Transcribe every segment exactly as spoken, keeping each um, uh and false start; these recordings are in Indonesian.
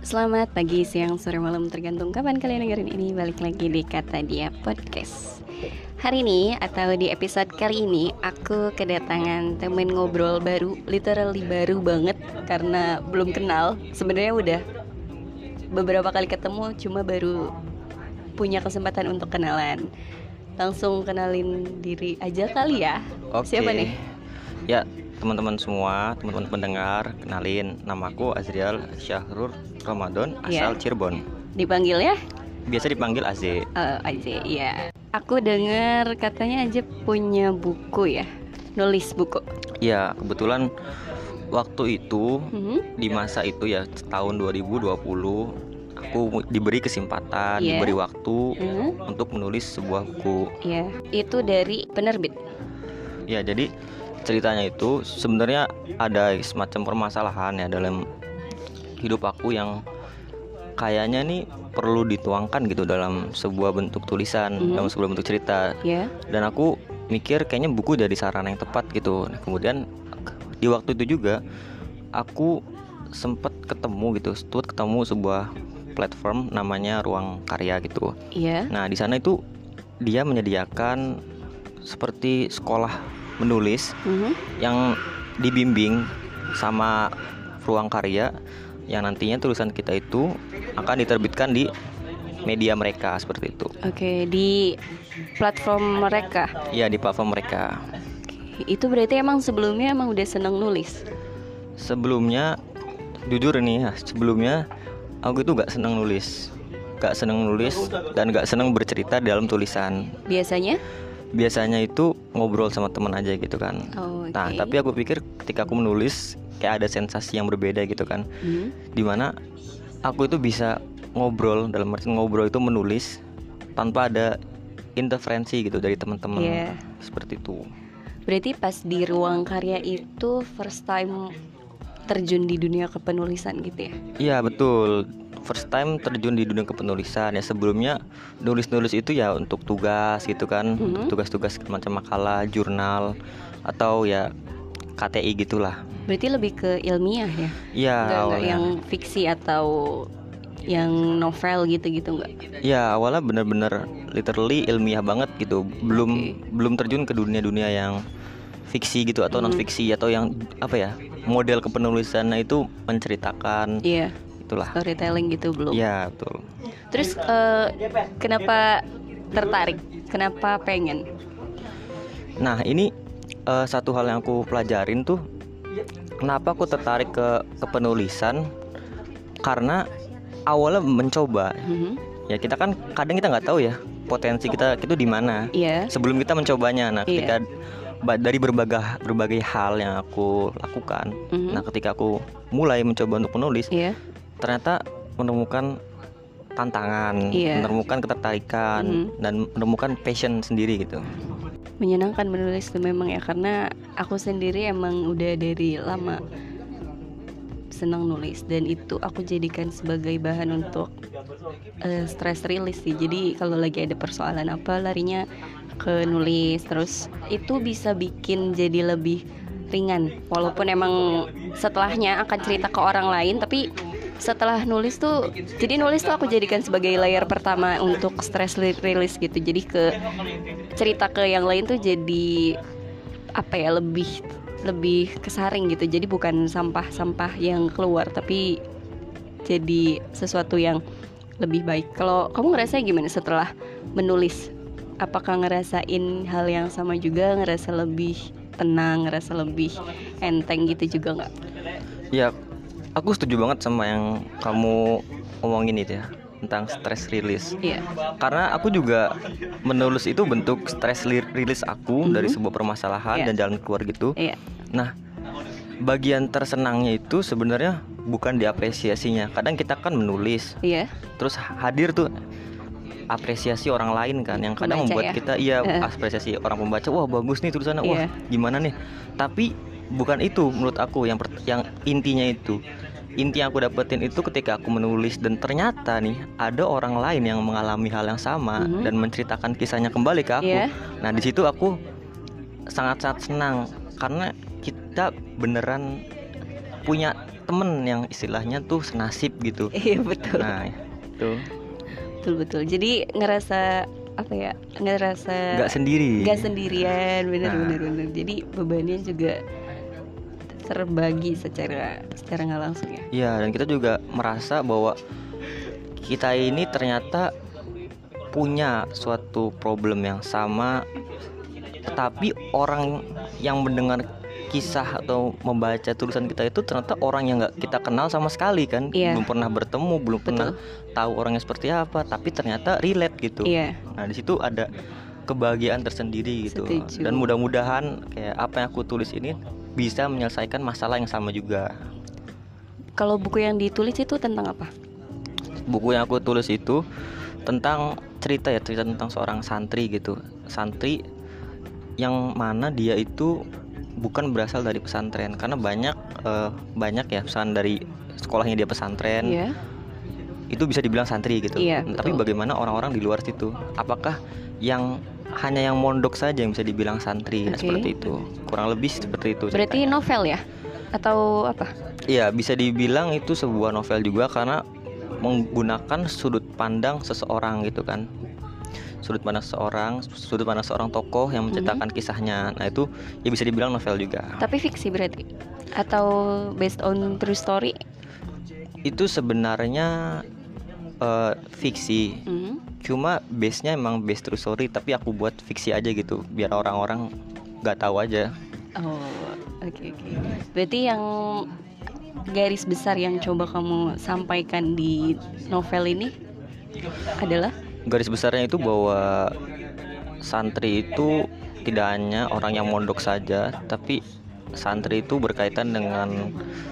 Selamat pagi, siang, sore, malam, tergantung kapan kalian dengerin ini. Balik lagi di Kata Dia Podcast. Hari ini atau di episode kali ini aku kedatangan temen ngobrol baru, literally baru banget karena belum kenal. Sebenarnya udah beberapa kali ketemu, cuma baru punya kesempatan untuk kenalan. Langsung kenalin diri aja kali ya. Oke. Siapa nih? Ya, teman-teman semua, teman-teman pendengar, kenalin, namaku Azriel Syahrur Ramadan, asal Ya. Cirebon. Dipanggil ya? Biasa dipanggil A Z. Uh, aja, iya. Aku dengar katanya aja punya buku ya, nulis buku. Ya, kebetulan waktu itu Mhm. di masa itu ya tahun dua ribu dua puluh aku diberi kesempatan, Iya. diberi waktu Mhm. untuk menulis sebuah buku. Ya, itu dari penerbit. Ya, jadi ceritanya itu sebenarnya ada semacam permasalahan ya dalam hidup aku yang kayaknya nih perlu dituangkan gitu dalam sebuah bentuk tulisan, Mhm. dalam sebuah bentuk cerita. Ya. Dan aku mikir kayaknya buku jadi sarana yang tepat gitu. Nah, kemudian di waktu itu juga aku sempat ketemu gitu, sempat ketemu sebuah platform namanya Ruang Karya gitu. Iya. Nah, di sana itu dia menyediakan seperti sekolah menulis Mhm. yang dibimbing sama Ruang Karya, yang nantinya tulisan kita itu akan diterbitkan di media mereka seperti itu. Oke, di platform mereka. Ya, di platform mereka. Itu berarti emang sebelumnya emang udah seneng nulis. Sebelumnya, jujur nih ya, sebelumnya aku itu gak seneng nulis, gak seneng nulis dan gak seneng bercerita dalam tulisan. Biasanya? Biasanya itu ngobrol sama teman aja gitu kan. Oh, oke. Nah, tapi aku pikir ketika aku menulis kayak ada sensasi yang berbeda gitu kan. Mhm. Dimana aku itu bisa ngobrol, dalam arti ngobrol itu menulis tanpa ada interferensi gitu dari teman-teman. Iya. Seperti itu. Berarti pas di Ruang Karya itu first time terjun di dunia kepenulisan gitu ya? Iya, betul. First time terjun di dunia kepenulisan ya. Sebelumnya nulis-nulis itu ya untuk tugas gitu kan. Mhm. Untuk tugas-tugas macam makalah, jurnal, atau ya K T I gitulah. Berarti lebih ke ilmiah ya? Iya, Nggak, nggak awalnya. yang fiksi atau yang novel gitu-gitu nggak? Ya, awalnya bener-bener literally ilmiah banget gitu. Belum Oke. belum terjun ke dunia-dunia yang fiksi gitu atau Hmm. non fiksi atau yang apa ya? Model kepenulisannya itu menceritakan Iya, itulah. storytelling gitu belum? Iya, betul. Terus eh, kenapa tertarik? Kenapa pengen? Nah, ini eh, satu hal yang aku pelajarin tuh, kenapa aku tertarik ke kepenulisan, karena awalnya mencoba. Mhm. Ya, kita kan kadang kita nggak tahu ya potensi kita itu di mana Iya. sebelum kita mencobanya. Nah, Iya. ketika ba- dari berbagai berbagai hal yang aku lakukan, Mhm. nah ketika aku mulai mencoba untuk menulis, Iya. ternyata menemukan tantangan, Iya. menemukan ketertarikan, Mhm. dan menemukan passion sendiri gitu. Menyenangkan menulis tuh memang ya, karena aku sendiri emang udah dari lama senang nulis dan itu aku jadikan sebagai bahan untuk eh, stress release sih. Jadi kalau lagi ada persoalan apa larinya ke nulis, terus itu bisa bikin jadi lebih ringan. Walaupun emang setelahnya akan cerita ke orang lain, tapi setelah nulis tuh, jadi nulis tuh aku jadikan sebagai layer pertama untuk stress li- release gitu. Jadi ke cerita ke yang lain tuh jadi apa ya, lebih lebih kesaring gitu. Jadi bukan sampah-sampah yang keluar, tapi jadi sesuatu yang lebih baik. Kalau kamu ngerasa gimana setelah menulis? Apakah ngerasain hal yang sama juga, ngerasa lebih tenang, ngerasa lebih enteng gitu juga nggak? Ya, aku setuju banget sama yang kamu omongin itu ya, tentang stress release. Iya. Karena aku juga menulis itu bentuk stress li- release aku Mhm. dari sebuah permasalahan Iya. dan jalan keluar gitu. Iya. Nah, bagian tersenangnya itu sebenarnya bukan diapresiasinya. Kadang kita kan menulis, Iya. terus hadir tuh apresiasi orang lain kan, yang kadang Pembaca membuat ya? kita iya Eh. apresiasi orang pembaca, wah bagus nih tulisannya, wah Iya. gimana nih. Tapi bukan itu menurut aku yang per- yang intinya itu. Inti yang aku dapetin itu ketika aku menulis dan ternyata nih ada orang lain yang mengalami hal yang sama Mhm. dan menceritakan kisahnya kembali ke aku. Iya. Nah, di situ aku sangat-sangat senang karena kita beneran punya temen yang istilahnya tuh senasib gitu. Iya betul. Nah itu Betul betul. Jadi ngerasa apa ya? Ngerasa nggak sendiri. nggak sendirian, bener Nah. bener bener. Jadi bebannya juga terbagi secara secara nggak langsung ya. Iya, dan kita juga merasa bahwa kita ini ternyata punya suatu problem yang sama, tetapi orang yang mendengar kisah atau membaca tulisan kita itu ternyata orang yang nggak kita kenal sama sekali kan. Iya. Belum pernah bertemu, belum pernah tahu orangnya seperti apa, tapi ternyata relate gitu. Iya. Nah di situ ada kebahagiaan tersendiri gitu. Setuju. Dan mudah-mudahan kayak apa yang aku tulis ini bisa menyelesaikan masalah yang sama juga. Kalau buku yang ditulis itu tentang apa? Buku yang aku tulis itu tentang cerita ya, cerita tentang seorang santri gitu. Santri yang mana dia itu bukan berasal dari pesantren, karena banyak eh, banyak ya pesan dari sekolahnya dia pesantren. Iya. Itu bisa dibilang santri gitu. Iya, Tapi betul. bagaimana orang-orang di luar situ? Apakah yang hanya yang mondok saja yang bisa dibilang santri? Nah, Oke. seperti itu. Kurang lebih seperti itu. Berarti ceritanya. novel ya? Atau apa? Iya, bisa dibilang itu sebuah novel juga karena menggunakan sudut pandang seseorang gitu kan. Sudut pandang seseorang, sudut pandang seorang tokoh yang menceritakan kisahnya. Nah, itu ya bisa dibilang novel juga. Tapi fiksi berarti? Atau based on true story? Itu sebenarnya eh, fiksi. Hmm. Cuma base-nya emang base true story, tapi aku buat fiksi aja gitu biar orang-orang nggak tahu aja. Oh, oke oke. Berarti yang garis besar yang coba kamu sampaikan di novel ini adalah? Garis besarnya itu bahwa santri itu tidak hanya orang yang mondok saja, tapi santri itu berkaitan dengan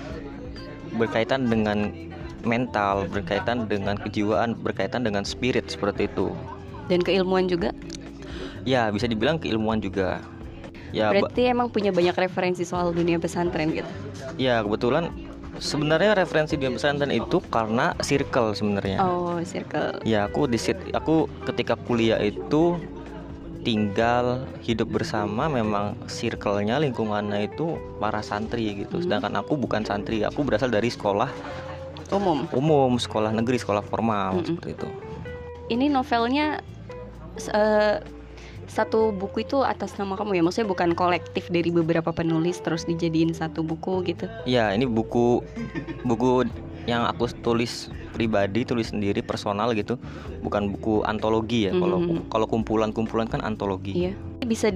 berkaitan dengan mental, berkaitan dengan kejiwaan, berkaitan dengan spirit seperti itu. Dan keilmuan juga? Ya, bisa dibilang keilmuan juga. Ya, ba- Berarti emang punya banyak referensi soal dunia pesantren gitu? ya kebetulan sebenarnya referensi di pesantren itu karena circle sebenarnya. Oh, circle. Ya, aku di sit- aku ketika kuliah itu tinggal hidup bersama, memang circle-nya, lingkungannya itu para santri gitu. Hmm. Sedangkan aku bukan santri, aku berasal dari sekolah Umum. umum, sekolah negeri, sekolah formal. Mm-mm. Seperti itu. Ini novelnya s- eh, satu buku itu atas nama kamu ya? Maksudnya bukan kolektif dari beberapa penulis terus dijadiin satu buku gitu? Ya, ini buku buku yang aku tulis pribadi, tulis sendiri, personal gitu. Bukan buku antologi ya. Kalau Mhm. kalau kumpulan-kumpulan kan antologi. Iya. Bisa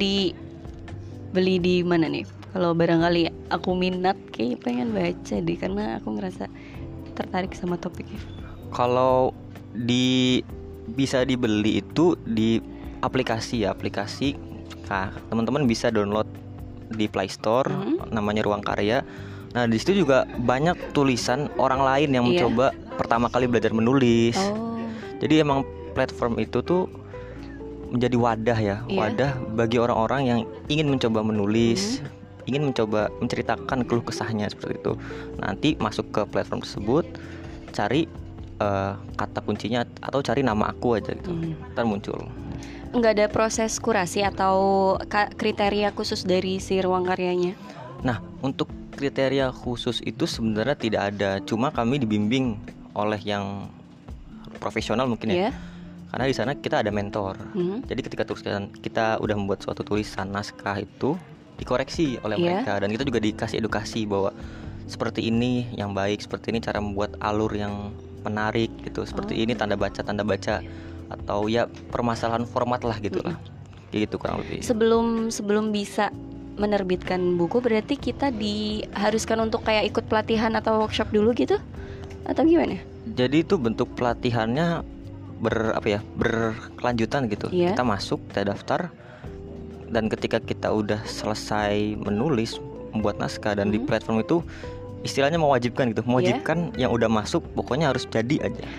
dibeli di mana nih? Kalau barangkali aku minat, kayak pengen baca deh karena aku ngerasa tertarik sama topiknya. Kalau di bisa dibeli itu di aplikasi ya, aplikasi. Nah, teman-teman bisa download di Play Store, Mhm. namanya Ruang Karya. Nah, di situ juga banyak tulisan orang lain yang Iya. mencoba pertama kali belajar menulis. Oh, Jadi emang platform itu tuh menjadi wadah ya, Iya. wadah bagi orang-orang yang ingin mencoba menulis, Mhm. ingin mencoba menceritakan keluh kesahnya seperti itu. Nanti masuk ke platform tersebut, cari eh, kata kuncinya atau cari nama aku aja gitu, Mhm. ntar muncul. nggak ada proses kurasi atau ka- kriteria khusus dari si ruang karyanya? Nah, untuk kriteria khusus itu sebenarnya tidak ada, cuma kami dibimbing oleh yang profesional mungkin ya. Iya. Karena di sana kita ada mentor. Mhm. Jadi ketika tulisan kita udah membuat suatu tulisan naskah itu dikoreksi oleh Iya. mereka, dan kita juga dikasih edukasi bahwa seperti ini yang baik, seperti ini cara membuat alur yang menarik gitu, seperti Oh. ini tanda baca tanda baca atau ya permasalahan format lah gitu lah. Kayak gitu kurang lebih. Sebelum sebelum bisa menerbitkan buku berarti kita diharuskan untuk kayak ikut pelatihan atau workshop dulu gitu? Atau gimana? Jadi itu bentuk pelatihannya ber apa ya berkelanjutan gitu. Iya. Kita masuk, kita daftar, dan ketika kita udah selesai menulis, membuat naskah, dan di Mhm. platform itu istilahnya mewajibkan gitu, mewajibkan yang udah masuk pokoknya harus jadi aja.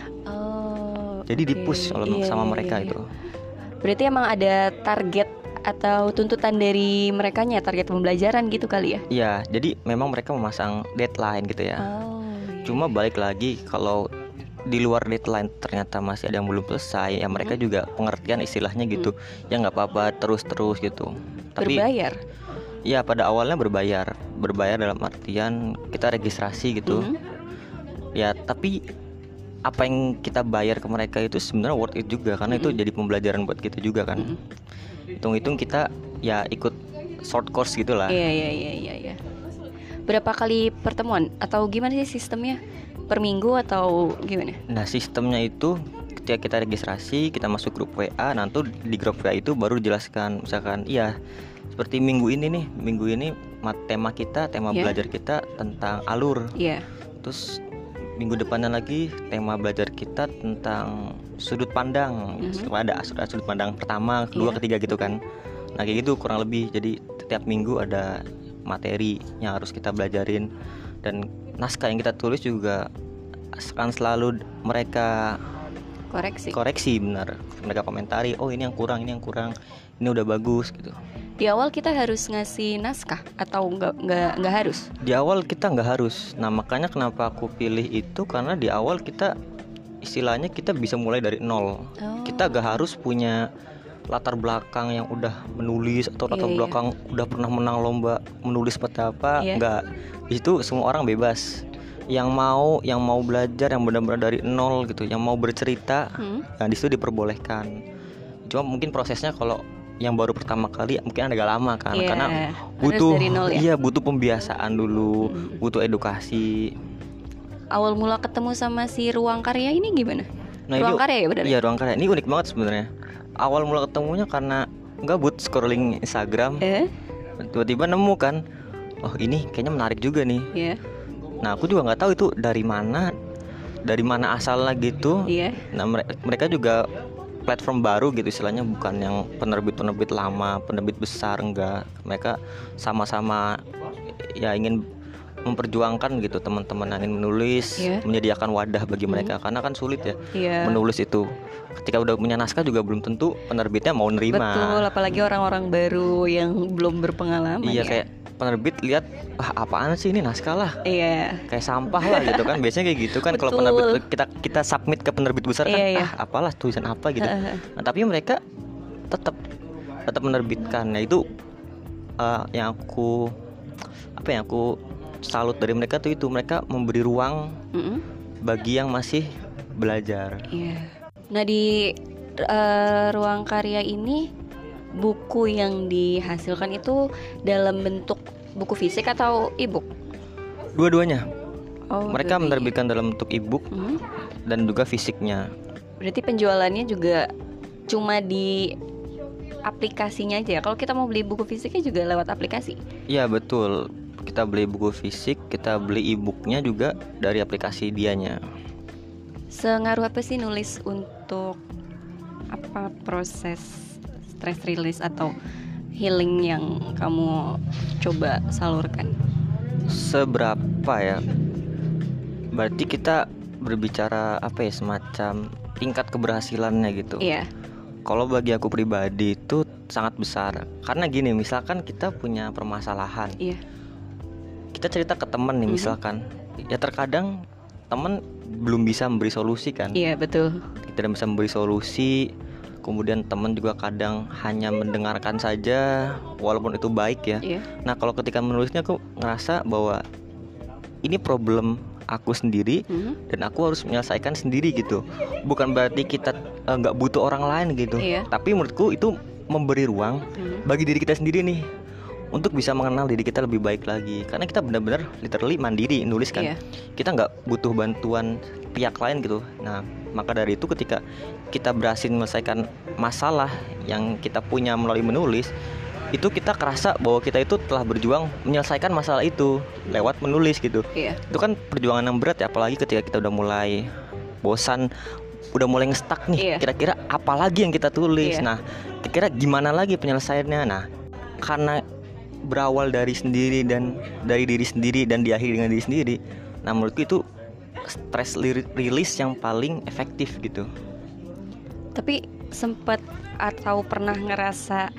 Oh. Jadi oke. di-push oleh Iya, sama iya, mereka iya. itu. Berarti emang ada target atau tuntutan dari merekanya, target pembelajaran gitu kali ya? Iya, jadi memang mereka memasang deadline gitu ya. Oh. iya. Cuma balik lagi, kalau di luar deadline ternyata masih ada yang belum selesai, ya mereka juga pengertian istilahnya gitu. Ya nggak apa-apa, terus-terus gitu. Tapi berbayar. Ya pada awalnya berbayar, berbayar dalam artian kita registrasi gitu. Mhm. Ya tapi apa yang kita bayar ke mereka itu sebenarnya worth it juga, karena itu Mhm. jadi pembelajaran buat kita juga kan. Mhm. Hitung-hitung kita ya ikut short course gitulah. Iya iya iya iya iya. Berapa kali pertemuan atau gimana sih sistemnya? Per minggu atau gimana? Nah sistemnya itu ketika kita registrasi, kita masuk grup W A, nanti di grup W A itu baru dijelaskan, misalkan iya seperti minggu ini nih, minggu ini mat- tema kita, tema Yeah. belajar kita tentang alur. Iya. Terus minggu depannya lagi tema belajar kita tentang sudut pandang. Mhm. Ada sudut sudut pandang pertama, kedua, Iya. ketiga gitu kan. Nah kayak gitu kurang lebih. Jadi setiap minggu ada materi yang harus kita belajarin, dan naskah yang kita tulis juga akan selalu mereka Koreksi. koreksi, benar. Mereka komentari, oh ini yang kurang, ini yang kurang, ini udah bagus gitu. Di awal kita harus ngasih naskah atau nggak nggak nggak harus? Di awal kita nggak harus. Nah makanya kenapa aku pilih itu, karena di awal kita istilahnya kita bisa mulai dari nol. Oh. Kita gak harus punya latar belakang yang udah menulis atau latar Iya, iya. belakang udah pernah menang lomba menulis seperti apa. Iya. Nggak. Di situ semua orang bebas. Yang mau yang mau belajar yang benar-benar dari nol gitu, yang mau bercerita, Hmm. nah di situ diperbolehkan. Cuma mungkin prosesnya kalau yang baru pertama kali mungkin agak lama kan, Iya, karena harus butuh dari nol ya? iya butuh pembiasaan dulu, Hmm. butuh edukasi. Awal mula ketemu sama si Ruang Karya ini gimana? Nah, Ruang ini- Karya ya benar? Iya, Ruang Karya. Ini unik banget sebenarnya. Awal mula ketemunya karena gabut scrolling Instagram, Eh? tiba-tiba nemu kan, oh ini kayaknya menarik juga nih. Iya. Nah aku juga nggak tahu itu dari mana, dari mana asalnya gitu. Iya. Nah mere- mereka juga platform baru gitu istilahnya, bukan yang penerbit-penerbit lama, penerbit besar, enggak. Mereka sama-sama ya ingin memperjuangkan gitu teman-teman yang ingin menulis, Iya. menyediakan wadah bagi Hmm. mereka, karena kan sulit ya Iya. menulis itu. Ketika udah punya naskah juga belum tentu penerbitnya mau nerima. Betul, apalagi orang-orang baru yang belum berpengalaman. Iya, ya. kayak penerbit lihat, ah apaan sih ini naskah lah, Iya. kayak sampah lah gitu kan. Biasanya kayak gitu kan kalau Betul. penerbit kita kita submit ke penerbit besar kan, Iya, iya. ah apalah tulisan apa gitu. Heeh. Nah, tapi mereka tetap tetap menerbitkan. Nah itu uh, yang aku apa yang aku salut dari mereka tuh itu, mereka memberi ruang Mm-mm. bagi yang masih belajar. Iya. Nah di eh, Ruang Karya ini buku yang dihasilkan itu dalam bentuk buku fisik atau e-book? Dua-duanya. Oh, Mereka dua-duanya. menerbitkan dalam bentuk e-book Hmm. dan juga fisiknya. Berarti penjualannya juga cuma di aplikasinya aja ya? Kalau kita mau beli buku fisiknya juga lewat aplikasi? Iya betul. Kita beli buku fisik, kita beli e-booknya juga dari aplikasi dianya. Sengaruh apa sih nulis untuk apa proses stress release atau healing yang kamu coba salurkan? Seberapa ya? Berarti kita berbicara apa ya, semacam tingkat keberhasilannya gitu. Iya. Kalau bagi aku pribadi itu sangat besar. Karena gini, misalkan kita punya permasalahan, Iya. kita cerita ke teman nih Mhm. misalkan, ya terkadang teman belum bisa memberi solusi kan. Iya betul. Kita tidak bisa memberi solusi. Kemudian teman juga kadang hanya mendengarkan saja, walaupun itu baik ya. Iya. Nah kalau ketika menulisnya aku ngerasa bahwa ini problem aku sendiri Mhm. dan aku harus menyelesaikan sendiri gitu. Bukan berarti kita eh, nggak butuh orang lain gitu. Iya. Tapi menurutku itu memberi ruang Mhm. bagi diri kita sendiri nih untuk bisa mengenal diri kita lebih baik lagi. Karena kita benar-benar literally mandiri nulis kan. Iya. Kita nggak butuh bantuan pihak lain gitu. Nah maka dari itu ketika kita berhasil menyelesaikan masalah yang kita punya melalui menulis, itu kita kerasa bahwa kita itu telah berjuang menyelesaikan masalah itu lewat menulis gitu. Iya. Itu kan perjuangan yang berat ya, apalagi ketika kita udah mulai bosan, udah mulai ngestak nih. Iya. Kira-kira apa lagi yang kita tulis? Iya. Nah, kira-kira gimana lagi penyelesaiannya? Nah, karena berawal dari sendiri dan dari diri sendiri dan diakhiri dengan diri sendiri, nah menurutku itu stress li- release yang paling efektif gitu. Tapi sempat atau pernah ngerasa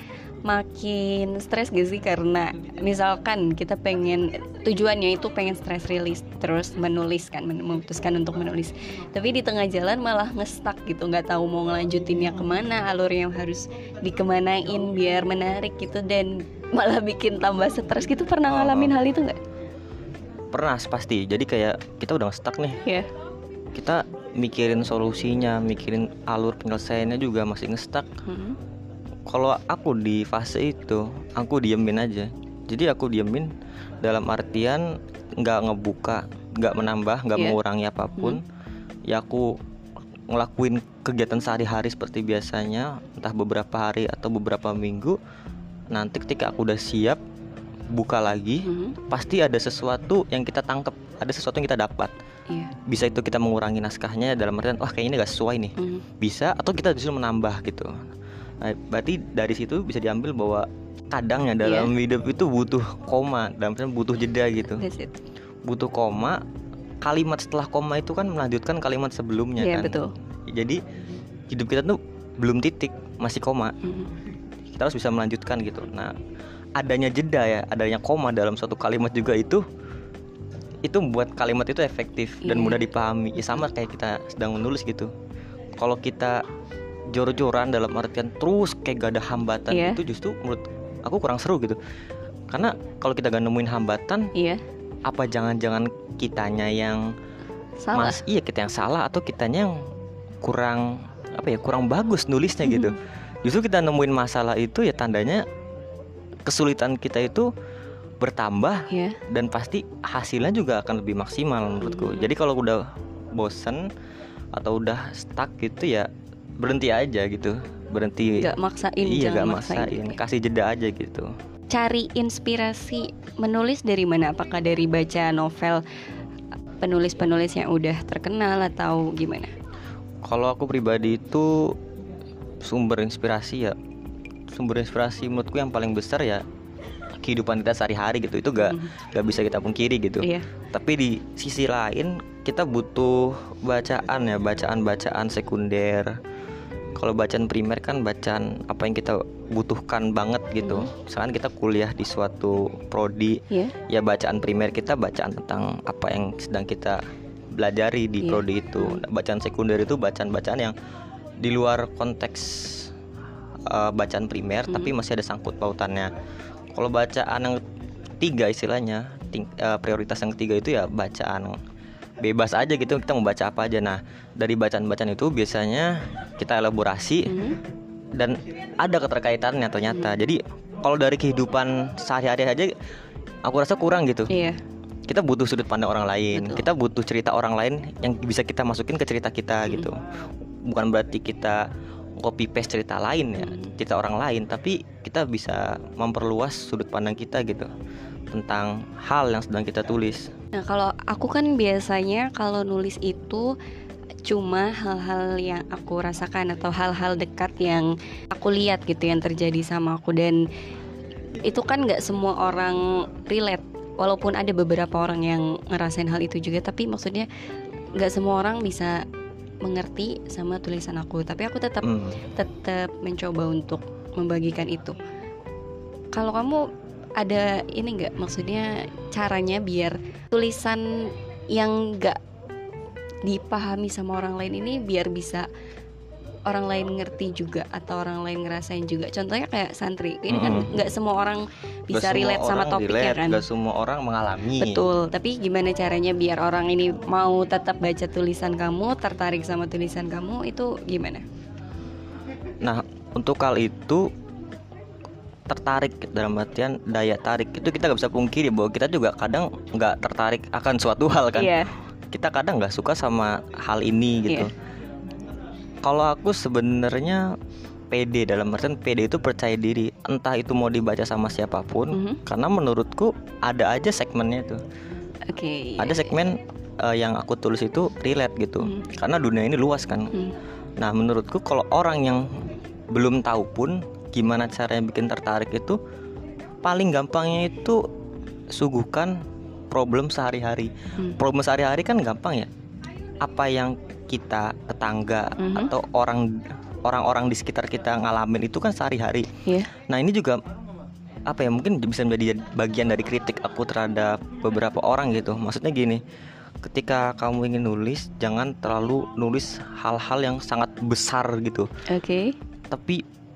makin stres gak sih, karena misalkan kita pengen, tujuannya itu pengen stress release, terus menulis kan, men- memutuskan untuk menulis, tapi di tengah jalan malah ngestak gitu, nggak tahu mau ngelanjutinnya kemana, alur yang harus dikemanain biar menarik gitu, dan malah bikin tambah stres gitu. Pernah Oh, ngalamin oh. hal itu nggak? Pernah pasti. Jadi kayak kita udah stuck nih. Iya. Kita mikirin solusinya, mikirin alur penyelesaiannya juga masih nge-stuck. Mhm. Kalau aku di fase itu, aku diemin aja. Jadi aku diemin dalam artian nggak ngebuka, nggak menambah, nggak Iya. mengurangi apapun. Ya aku ngelakuin kegiatan sehari-hari seperti biasanya, entah beberapa hari atau beberapa minggu. Nanti ketika aku udah siap buka lagi, Mhm. pasti ada sesuatu yang kita tangkep, ada sesuatu yang kita dapat. Iya. Bisa itu kita mengurangi naskahnya dalam artian wah kayaknya ini gak sesuai nih. Mhm. Bisa, atau kita justru menambah gitu. Nah, berarti dari situ bisa diambil bahwa kadang ya dalam hidup itu butuh koma, dalam artian butuh jeda gitu. That's it. Butuh koma, kalimat setelah koma itu kan melanjutkan kalimat sebelumnya Iya, kan. betul. Jadi hidup kita tuh belum titik, masih koma. Mhm. Kita harus bisa melanjutkan gitu. Nah, adanya jeda ya, adanya koma dalam suatu kalimat juga itu itu membuat kalimat itu efektif dan Iya. mudah dipahami. Ya sama kayak kita sedang menulis gitu. Kalau kita jor-joran dalam artian terus kayak gak ada hambatan, Iya. itu justru menurut aku kurang seru gitu. Karena kalau kita gak nemuin hambatan, Iya. apa jangan-jangan kitanya yang Salah. Mas, iya kita yang salah atau kitanya yang kurang apa ya, kurang bagus nulisnya gitu. Justru kita nemuin masalah itu ya tandanya kesulitan kita itu bertambah Iya. dan pasti hasilnya juga akan lebih maksimal menurutku. Mhm. Jadi kalau udah bosen atau udah stuck gitu ya berhenti aja gitu. Berhenti. Gak maksain, Iya, jangan gak maksain. maksain. Kasih jeda aja gitu. Cari inspirasi menulis dari mana? Apakah dari baca novel penulis-penulis yang udah terkenal atau gimana? Kalau aku pribadi itu sumber inspirasi ya, sumber inspirasi menurutku yang paling besar ya kehidupan kita sehari-hari gitu. Itu gak, Mhm. gak bisa kita pungkiri gitu. Iya. Tapi di sisi lain kita butuh bacaan ya, bacaan-bacaan sekunder. Kalau bacaan primer kan bacaan apa yang kita butuhkan banget gitu. Misalkan kita kuliah di suatu prodi, Iya. ya bacaan primer kita bacaan tentang apa yang sedang kita belajari di Iya. prodi itu. Nah, bacaan sekunder itu bacaan-bacaan yang di luar konteks uh, bacaan primer, Mhm. tapi masih ada sangkut pautannya. Kalau bacaan yang ketiga istilahnya, ting- uh, prioritas yang ketiga itu ya bacaan bebas aja gitu, kita mau baca apa aja. Nah, dari bacaan-bacaan itu biasanya kita elaborasi Mhm. dan ada keterkaitannya ternyata. Jadi kalau dari kehidupan sehari-hari aja aku rasa kurang gitu. Iya. Kita butuh sudut pandang orang lain. Betul. Kita butuh cerita orang lain yang bisa kita masukin ke cerita kita gitu. Bukan berarti kita copy paste cerita lain ya, Hmm. cerita orang lain, tapi kita bisa memperluas sudut pandang kita gitu tentang hal yang sedang kita tulis. Nah, kalau aku kan biasanya kalau nulis itu cuma hal-hal yang aku rasakan atau hal-hal dekat yang aku lihat gitu yang terjadi sama aku, dan itu kan nggak semua orang relate. Walaupun ada beberapa orang yang ngerasain hal itu juga, tapi maksudnya nggak semua orang bisa mengerti sama tulisan aku. Tapi aku tetap Hmm. tetap mencoba untuk membagikan itu. Kalau kamu ada ini nggak, maksudnya caranya biar tulisan yang nggak dipahami sama orang lain ini biar bisa orang lain ngerti juga atau orang lain ngerasain juga. Contohnya kayak santri ini kan Mm-mm. nggak semua orang bisa Gak semua relate sama orang topiknya relate, kan. gak semua orang mengalami. Betul, tapi gimana caranya biar orang ini mau tetap baca tulisan kamu, tertarik sama tulisan kamu, itu gimana? Nah, untuk hal itu tertarik dalam artian daya tarik itu kita gak bisa pungkiri bahwa kita juga kadang nggak tertarik akan suatu hal kan. Iya. Kita kadang nggak suka sama hal ini gitu. Iya. Kalau aku sebenarnya pede, dalam artian pede itu percaya diri, entah itu mau dibaca sama siapapun. Mhm. Karena menurutku ada aja segmennya itu. Oke. Ada segmen uh, yang aku tulis itu relate gitu. Mhm. Karena dunia ini luas kan. Hmm. Nah, menurutku kalau orang yang belum tahu pun gimana caranya bikin tertarik itu, paling gampangnya itu suguhkan problem sehari-hari. Hmm. Problem sehari-hari kan gampang ya. Apa yang kita, tetangga, Mhm. atau orang orang-orang di sekitar kita ngalamin itu kan sehari-hari. Iya. Nah, ini juga apa ya, mungkin bisa menjadi bagian dari kritik aku terhadap beberapa orang gitu. Maksudnya gini, ketika kamu ingin nulis, jangan terlalu nulis hal-hal yang sangat besar gitu. Oke. Tapi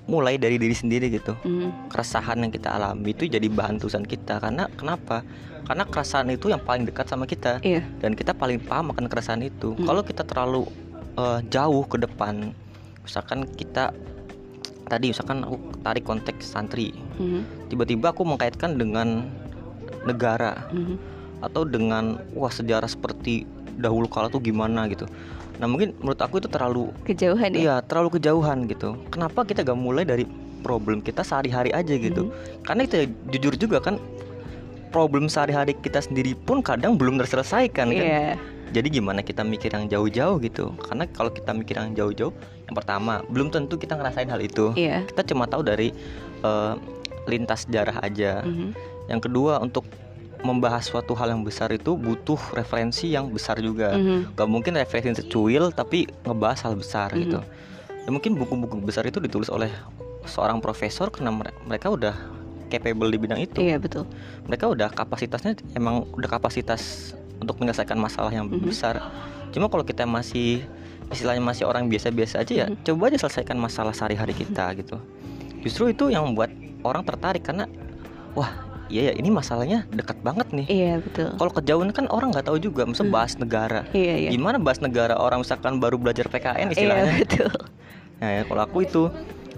mulai dari diri sendiri gitu. Mhm. Keresahan yang kita alami itu jadi bahan tulisan kita. Karena kenapa? Karena keresahan itu yang paling dekat sama kita. Iya. Dan kita paling paham akan keresahan itu. Mhm. Kalau kita terlalu uh, jauh ke depan, misalkan kita tadi misalkan aku tarik konteks santri, Mhm. tiba-tiba aku mengkaitkan dengan negara Mhm. atau dengan wah sejarah seperti dahulu kala tuh gimana gitu. Nah mungkin menurut aku itu terlalu Kejauhan ya. iya terlalu kejauhan gitu. Kenapa kita gak mulai dari problem kita sehari-hari aja gitu? Mhm. Karena kita jujur juga kan, problem sehari-hari kita sendiri pun kadang belum terselesaikan kan. Iya. Jadi gimana kita mikir yang jauh-jauh gitu? Karena kalau kita mikir yang jauh-jauh, yang pertama belum tentu kita ngerasain hal itu. Iya. Kita cuma tahu dari uh, lintas sejarah aja. Mhm. Yang kedua, untuk membahas suatu hal yang besar itu butuh referensi yang besar juga. Mhm. Gak mungkin referensi secuil tapi ngebahas hal besar Mhm. gitu. Ya mungkin buku-buku besar itu ditulis oleh seorang profesor karena mereka udah capable di bidang itu. Iya betul. Mereka udah kapasitasnya emang udah kapasitas untuk menyelesaikan masalah yang Mhm. besar. Cuma kalau kita masih istilahnya masih orang biasa-biasa aja ya, Mhm. coba aja selesaikan masalah sehari-hari kita gitu. Justru itu yang membuat orang tertarik karena wah iya ya ini masalahnya dekat banget nih. Iya betul. Kalau kejauhan kan orang nggak tahu juga, misalnya Hmm. bahas negara. Iya iya. Gimana bahas negara orang misalkan baru belajar P K N Iya istilahnya. betul. Nah ya, kalau aku itu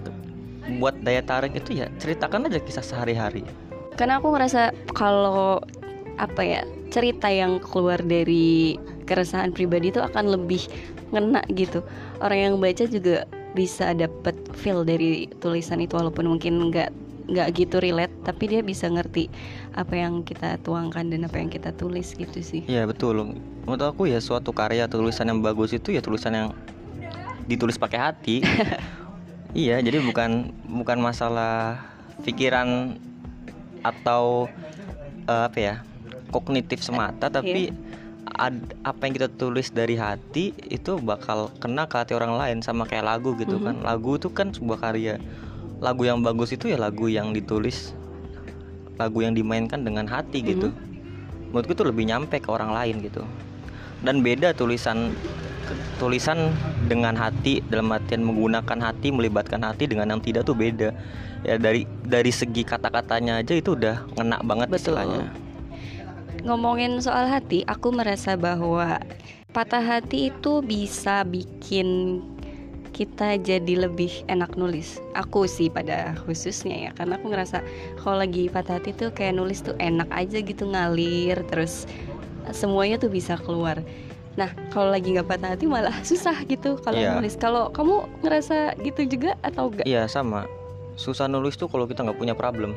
buat daya tarik itu ya ceritakan aja kisah sehari-hari. Karena aku ngerasa kalau apa ya, cerita yang keluar dari keresahan pribadi itu akan lebih ngena gitu. Orang yang baca juga bisa dapet feel dari tulisan itu, walaupun mungkin nggak nggak gitu relate, tapi dia bisa ngerti apa yang kita tuangkan dan apa yang kita tulis gitu sih. Iya betul. Menurut aku ya suatu karya tulisan yang bagus itu ya tulisan yang ditulis pakai hati. Iya, jadi bukan bukan masalah pikiran atau uh, apa ya kognitif semata, tapi ad, apa yang kita tulis dari hati itu bakal kena ke hati orang lain, sama kayak lagu gitu. Mm-hmm. Kan lagu itu kan sebuah karya. Lagu yang bagus itu ya lagu yang ditulis, lagu yang dimainkan dengan hati gitu. Mm-hmm. Menurutku itu lebih nyampe ke orang lain gitu. Dan beda tulisan tulisan dengan hati, dalam artian menggunakan hati, melibatkan hati, dengan yang tidak tuh beda. Ya dari dari segi kata-katanya aja itu udah ngena banget. Betul. Istilahnya. Ngomongin soal hati, aku merasa bahwa patah hati itu bisa bikin kita jadi lebih enak nulis. Aku sih pada khususnya ya, karena aku ngerasa kalau lagi patah hati tuh kayak nulis tuh enak aja gitu, ngalir terus semuanya tuh bisa keluar. Nah kalau lagi nggak patah hati malah susah gitu kalau yeah. nulis. Kalau kamu ngerasa gitu juga atau enggak? Iya yeah, sama. Susah nulis tuh kalau kita nggak punya problem.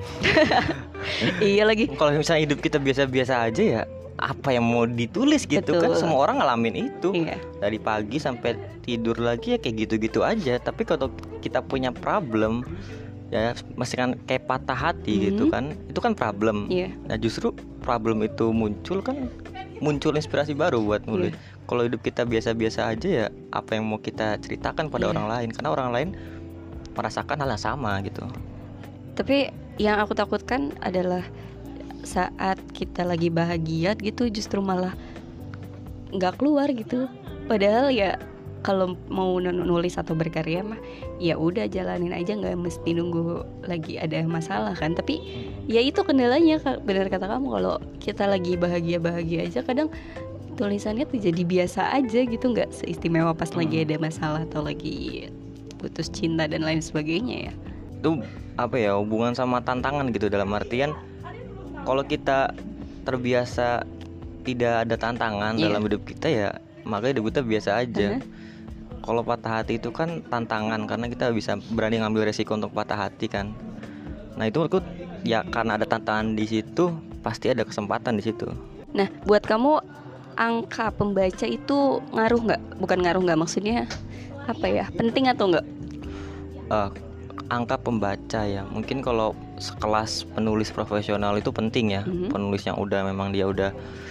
Iya lagi. Kalau misalnya hidup kita biasa-biasa aja ya, apa yang mau ditulis gitu. Betul. Kan semua orang ngalamin itu. Iya. Dari pagi sampai tidur lagi ya kayak gitu-gitu aja. Tapi kalau kita punya problem ya masih kan kayak patah hati mm-hmm. gitu kan, itu kan problem. Iya. Nah justru problem itu muncul kan muncul inspirasi baru buat nulis. Iya. Kalau hidup kita biasa-biasa aja ya, apa yang mau kita ceritakan pada iya. orang lain, karena orang lain merasakan hal yang sama gitu. Tapi yang aku takutkan adalah saat kita lagi bahagia gitu justru malah nggak keluar gitu. Padahal ya kalau mau nulis atau berkarya mah ya udah jalanin aja, nggak mesti nunggu lagi ada masalah kan. Tapi ya itu kendalanya, benar kata kamu, kalau kita lagi bahagia-bahagia aja kadang tulisannya tuh jadi biasa aja gitu, nggak seistimewa pas hmm. lagi ada masalah atau lagi putus cinta dan lain sebagainya ya. Itu apa ya, hubungan sama tantangan gitu, dalam artian kalau kita terbiasa tidak ada tantangan yeah. dalam hidup kita ya maka hidup kita biasa aja. Uh-huh. Kalau patah hati itu kan tantangan, karena kita bisa berani ngambil resiko untuk patah hati kan. Nah itu menurutku ya karena ada tantangan di situ pasti ada kesempatan di situ. Nah buat kamu angka pembaca itu ngaruh nggak? Bukan ngaruh nggak, maksudnya apa ya, penting atau enggak? Uh, angka pembaca ya mungkin kalau sekelas penulis profesional itu penting ya. Mm-hmm. Penulis yang udah memang dia udah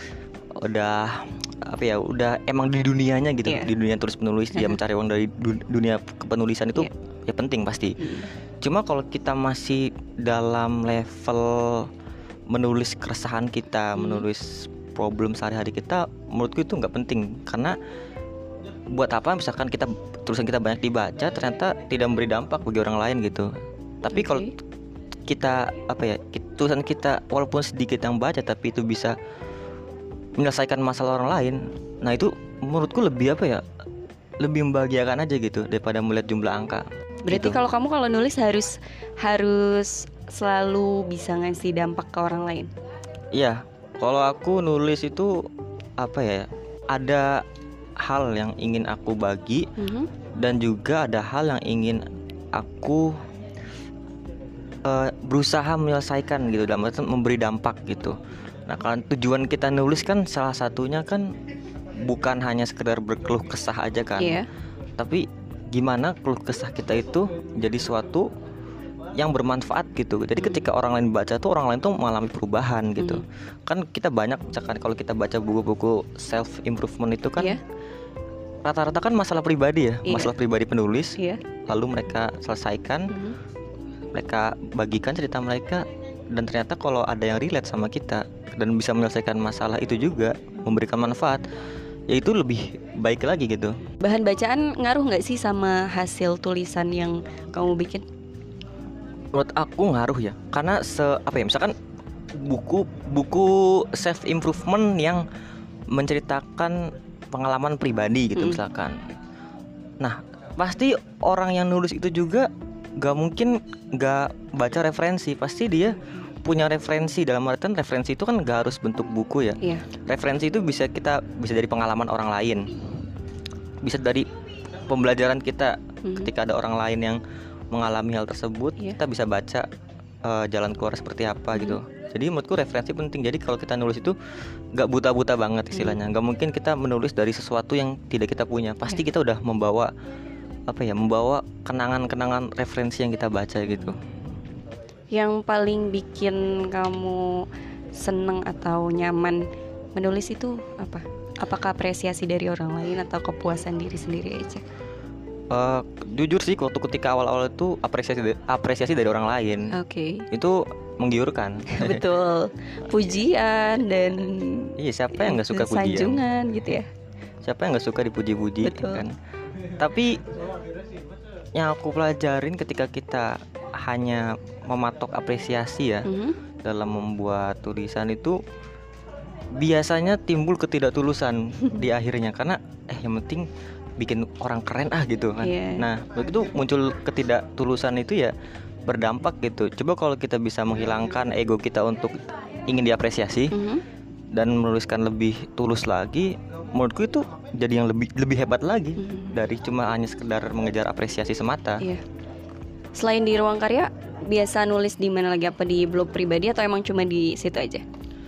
udah apa ya udah emang di dunianya gitu. Yeah. Di dunia tulis penulis dia mencari uang dari du- dunia kepenulisan itu yeah. ya penting pasti. Mm-hmm. Cuma kalau kita masih dalam level menulis keresahan kita, mm-hmm. menulis problem sehari-hari kita, menurutku itu nggak penting, karena buat apa misalkan kita tulisan kita banyak dibaca ternyata tidak memberi dampak bagi orang lain gitu. Tapi Oke. kalau kita apa ya ki- tulisan kita walaupun sedikit yang baca tapi itu bisa menyelesaikan masalah orang lain, nah itu menurutku lebih apa ya, lebih membahagiakan aja gitu daripada melihat jumlah angka. Berarti gitu. kalau kamu kalau nulis harus harus selalu bisa ngasih dampak ke orang lain. Iya, kalau aku nulis itu apa ya, ada hal yang ingin aku bagi Mhm. dan juga ada hal yang ingin aku eh, berusaha menyelesaikan gitu, dalam arti memberi dampak gitu. Nah, kalau tujuan kita nulis kan salah satunya kan bukan hanya sekedar berkeluh kesah aja kan, Iya. tapi gimana keluh kesah kita itu jadi suatu yang bermanfaat gitu. Jadi Hmm. ketika orang lain baca tuh orang lain tuh mengalami perubahan gitu. Hmm. Kan kita banyak misalkan kalau kita baca buku-buku self improvement itu kan Iya. rata-rata kan masalah pribadi ya, Iya. masalah pribadi penulis. Iya. Lalu mereka selesaikan, Mhm. mereka bagikan cerita mereka, dan ternyata kalau ada yang relate sama kita dan bisa menyelesaikan masalah itu juga, memberikan manfaat, ya itu lebih baik lagi gitu. Bahan bacaan ngaruh nggak sih sama hasil tulisan yang kamu bikin? Menurut aku ngaruh ya, karena se apa ya, misalkan buku buku self improvement yang menceritakan pengalaman pribadi gitu Mm. misalkan. Nah, pasti orang yang nulis itu juga gak mungkin gak baca referensi, pasti dia punya referensi. Dalam artian referensi itu kan gak harus bentuk buku ya. Iya. Referensi itu bisa kita bisa dari pengalaman orang lain, bisa dari pembelajaran kita. Mhm. Ketika ada orang lain yang mengalami hal tersebut, Iya. kita bisa baca eh, jalan keluar seperti apa gitu. Jadi menurutku referensi penting. Jadi kalau kita nulis itu gak buta-buta banget istilahnya. Gak mungkin kita menulis dari sesuatu yang tidak kita punya. Pasti Iya. kita udah membawa apa ya, membawa kenangan-kenangan referensi yang kita baca gitu. Yang paling bikin kamu seneng atau nyaman menulis itu apa? Apakah apresiasi dari orang lain atau kepuasan diri sendiri aja? Eh, jujur sih waktu ketika awal-awal itu apresiasi apresiasi dari orang lain Oke. itu menggiurkan. Betul. Pujian dan Iya, siapa yang nggak suka pujian? sanjungan gitu ya. Siapa yang nggak suka dipuji-puji Betul. kan? Tapi yang aku pelajarin ketika kita hanya mematok apresiasi ya Mhm. dalam membuat tulisan itu, biasanya timbul ketidaktulusan di akhirnya, karena eh yang penting bikin orang keren ah gitu kan. Iya. Nah, begitu muncul ketidaktulusan itu ya berdampak gitu. Coba kalau kita bisa menghilangkan ego kita untuk ingin diapresiasi Mhm. dan menuliskan lebih tulus lagi, menurutku itu jadi yang lebih lebih hebat lagi Mhm. dari cuma hanya sekedar mengejar apresiasi semata. Iya. Selain di ruang karya, biasa nulis di mana lagi? Apa di blog pribadi atau emang cuma di situ aja?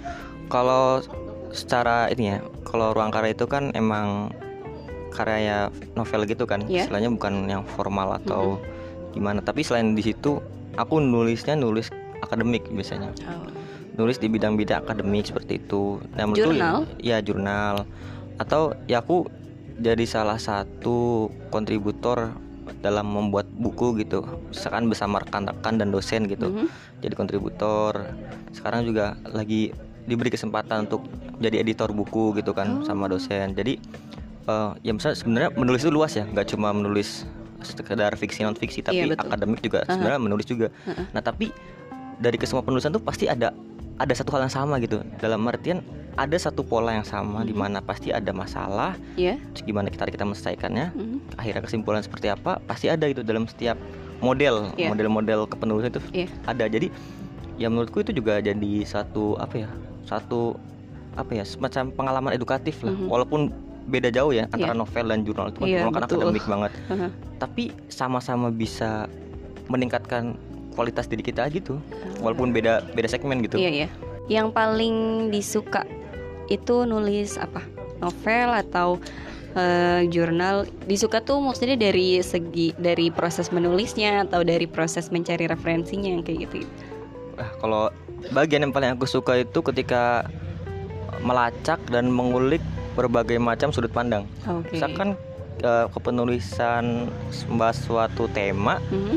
Kalau secara ini ya, kalau ruang karya itu kan emang karya novel gitu kan, Iya. istilahnya bukan yang formal atau gimana. Tapi selain di situ, aku nulisnya nulis akademik biasanya. Oh. Nulis di bidang-bidang akademik seperti itu. Nah, menurutku Jurnal? ya jurnal, atau ya aku jadi salah satu kontributor dalam membuat buku gitu, misalkan bersama rekan-rekan dan dosen gitu. Mhm. Jadi kontributor. Sekarang juga lagi diberi kesempatan untuk jadi editor buku gitu kan, Oh. sama dosen. Jadi eh, ya misalnya sebenarnya menulis itu luas ya, nggak cuma menulis sekedar fiksi non fiksi, tapi Iya, betul. akademik juga Aha. sebenarnya menulis juga. Aha. Nah, tapi dari kesemua penulisan tuh pasti ada ada satu hal yang sama gitu. Dalam artian ada satu pola yang sama, Mhm. di mana pasti ada masalah, Iya. terus gimana kita kita menyelesaikannya, Mhm. akhirnya kesimpulan seperti apa, pasti ada gitu dalam setiap model. Iya. Model-model kepenulisan itu Iya. ada. Jadi ya menurutku itu juga jadi satu apa ya, satu apa ya, semacam pengalaman edukatif lah. Mhm. Walaupun beda jauh ya antara Iya. novel dan jurnal, itu kan Iya, jurnal kan betul. akademik banget, Aha. tapi sama-sama bisa meningkatkan kualitas diri kita gitu, walaupun beda beda segmen gitu. Iya, iya. Yang paling disuka itu nulis apa? Novel atau eh, jurnal? Disuka tuh maksudnya dari segi dari proses menulisnya atau dari proses mencari referensinya yang kayak gitu. Nah, kalau bagian yang paling aku suka itu ketika melacak dan mengulik berbagai macam sudut pandang. Oke. Misalkan eh, kepenulisan membahas suatu tema, Mhm.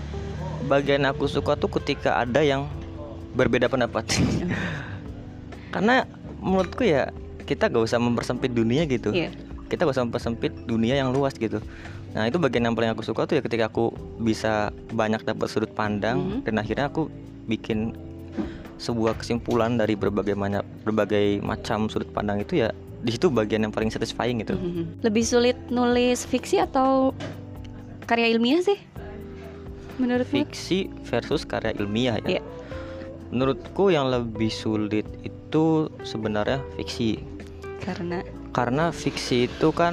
bagian aku suka tuh ketika ada yang berbeda pendapat. Karena menurutku ya kita gak usah mempersempit dunia gitu. Iya. kita gak usah mempersempit dunia yang luas gitu. Nah itu bagian yang paling aku suka tuh ya, ketika aku bisa banyak dapat sudut pandang, mm-hmm. dan akhirnya aku bikin sebuah kesimpulan dari berbagai banyak berbagai macam sudut pandang itu ya, di situ bagian yang paling satisfying gitu. Mm-hmm. Lebih sulit nulis fiksi atau karya ilmiah sih menurutmu? Fiksi versus karya ilmiah ya. Yeah. Menurutku yang lebih sulit itu sebenarnya fiksi. Karena karena fiksi itu kan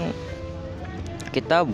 kita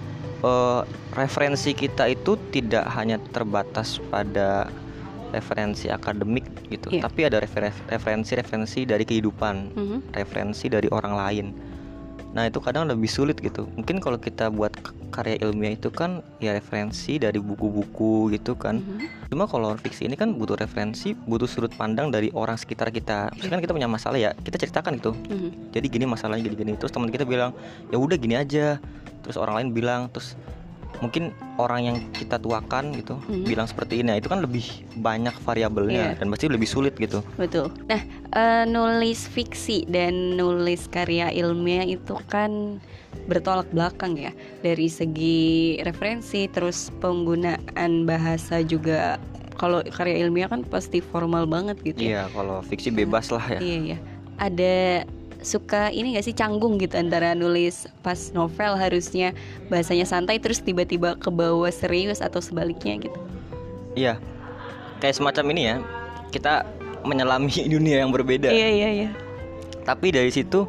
uh, referensi kita itu tidak hanya terbatas pada referensi akademik gitu, yeah. tapi ada refer- referensi-referensi dari kehidupan, mm-hmm. referensi dari orang lain. Nah itu kadang lebih sulit gitu. Mungkin kalau kita buat karya ilmiah itu kan ya referensi dari buku-buku gitu kan, mm-hmm. cuma kalau fiksi ini kan butuh referensi, butuh sudut pandang dari orang sekitar kita. Misalkan kita punya masalah ya, kita ceritakan gitu, mm-hmm. jadi gini masalahnya, gini-gini. Terus teman kita bilang ya udah gini aja. Terus orang lain bilang, terus mungkin orang yang kita tuakan gitu, mm-hmm. bilang seperti ini. Itu kan lebih banyak variabelnya, yeah. dan pasti lebih sulit gitu. Betul. Nah, uh, nulis fiksi dan nulis karya ilmiah itu kan bertolak belakang ya, dari segi referensi, terus penggunaan bahasa juga. Kalau karya ilmiah kan pasti formal banget gitu. Iya, ya. Kalau fiksi bebas lah ya. Iya, iya. Ada suka ini gak sih, canggung gitu antara nulis pas novel harusnya bahasanya santai terus tiba-tiba ke bawah serius atau sebaliknya gitu. Iya, kayak semacam ini ya, kita menyelami dunia yang berbeda. Iya iya iya. Tapi dari situ